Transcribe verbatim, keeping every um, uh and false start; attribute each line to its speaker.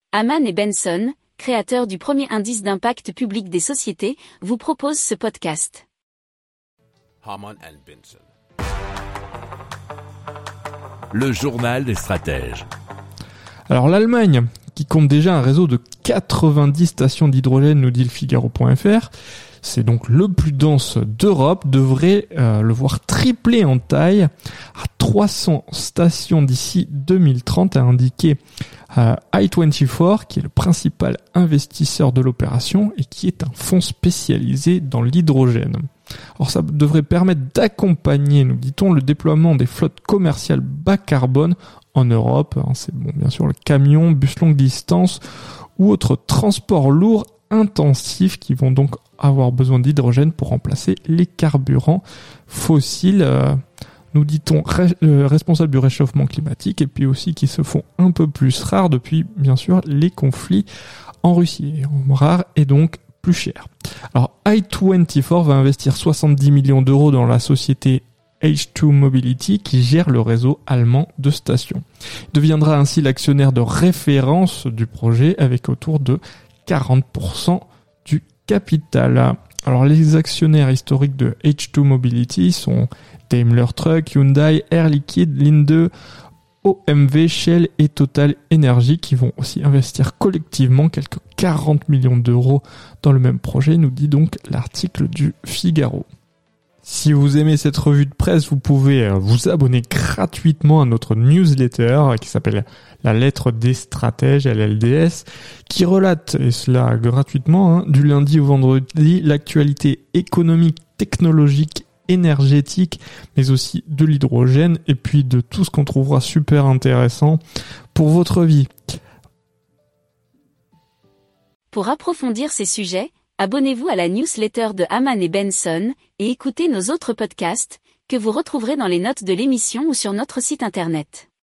Speaker 1: Hamann et Benson, créateurs du premier indice d'impact public des sociétés, vous proposent ce podcast.
Speaker 2: Hamann and Benson. Le journal des stratèges.
Speaker 3: Alors l'Allemagne, qui compte déjà un réseau de quatre-vingt-dix stations d'hydrogène, nous dit le Figaro point F R, c'est donc le plus dense d'Europe, devrait euh, le voir tripler en taille à trois cents stations d'ici deux mille trente, a indiqué euh, I vingt-quatre, qui est le principal investisseur de l'opération et qui est un fonds spécialisé dans l'hydrogène. Alors ça devrait permettre d'accompagner, nous dit-on, le déploiement des flottes commerciales bas carbone en Europe. C'est bon, bien sûr le camion, bus longue distance ou autres transports lourds intensifs qui vont donc avoir besoin d'hydrogène pour remplacer les carburants fossiles, euh, nous dit-on, ré- euh, responsables du réchauffement climatique et puis aussi qui se font un peu plus rares depuis, bien sûr, les conflits en Russie. Rares et donc plus cher. Alors I vingt-quatre va investir soixante-dix millions d'euros dans la société H deux Mobility qui gère le réseau allemand de stations. Il deviendra ainsi l'actionnaire de référence du projet avec autour de quarante pour cent du capital. Alors les actionnaires historiques de H deux Mobility sont Daimler Truck, Hyundai, Air Liquide, Linde, O M V, Shell et Total Energy qui vont aussi investir collectivement quelques quarante millions d'euros dans le même projet, nous dit donc l'article du Figaro. Si vous aimez cette revue de presse, vous pouvez vous abonner gratuitement à notre newsletter qui s'appelle La Lettre des Stratèges, L L D S, qui relate, et cela gratuitement, hein, du lundi au vendredi, l'actualité économique, technologique, énergétique, mais aussi de l'hydrogène, et puis de tout ce qu'on trouvera super intéressant pour votre vie.
Speaker 1: Pour approfondir ces sujets, abonnez-vous à la newsletter de Hamann et Benson et écoutez nos autres podcasts que vous retrouverez dans les notes de l'émission ou sur notre site internet.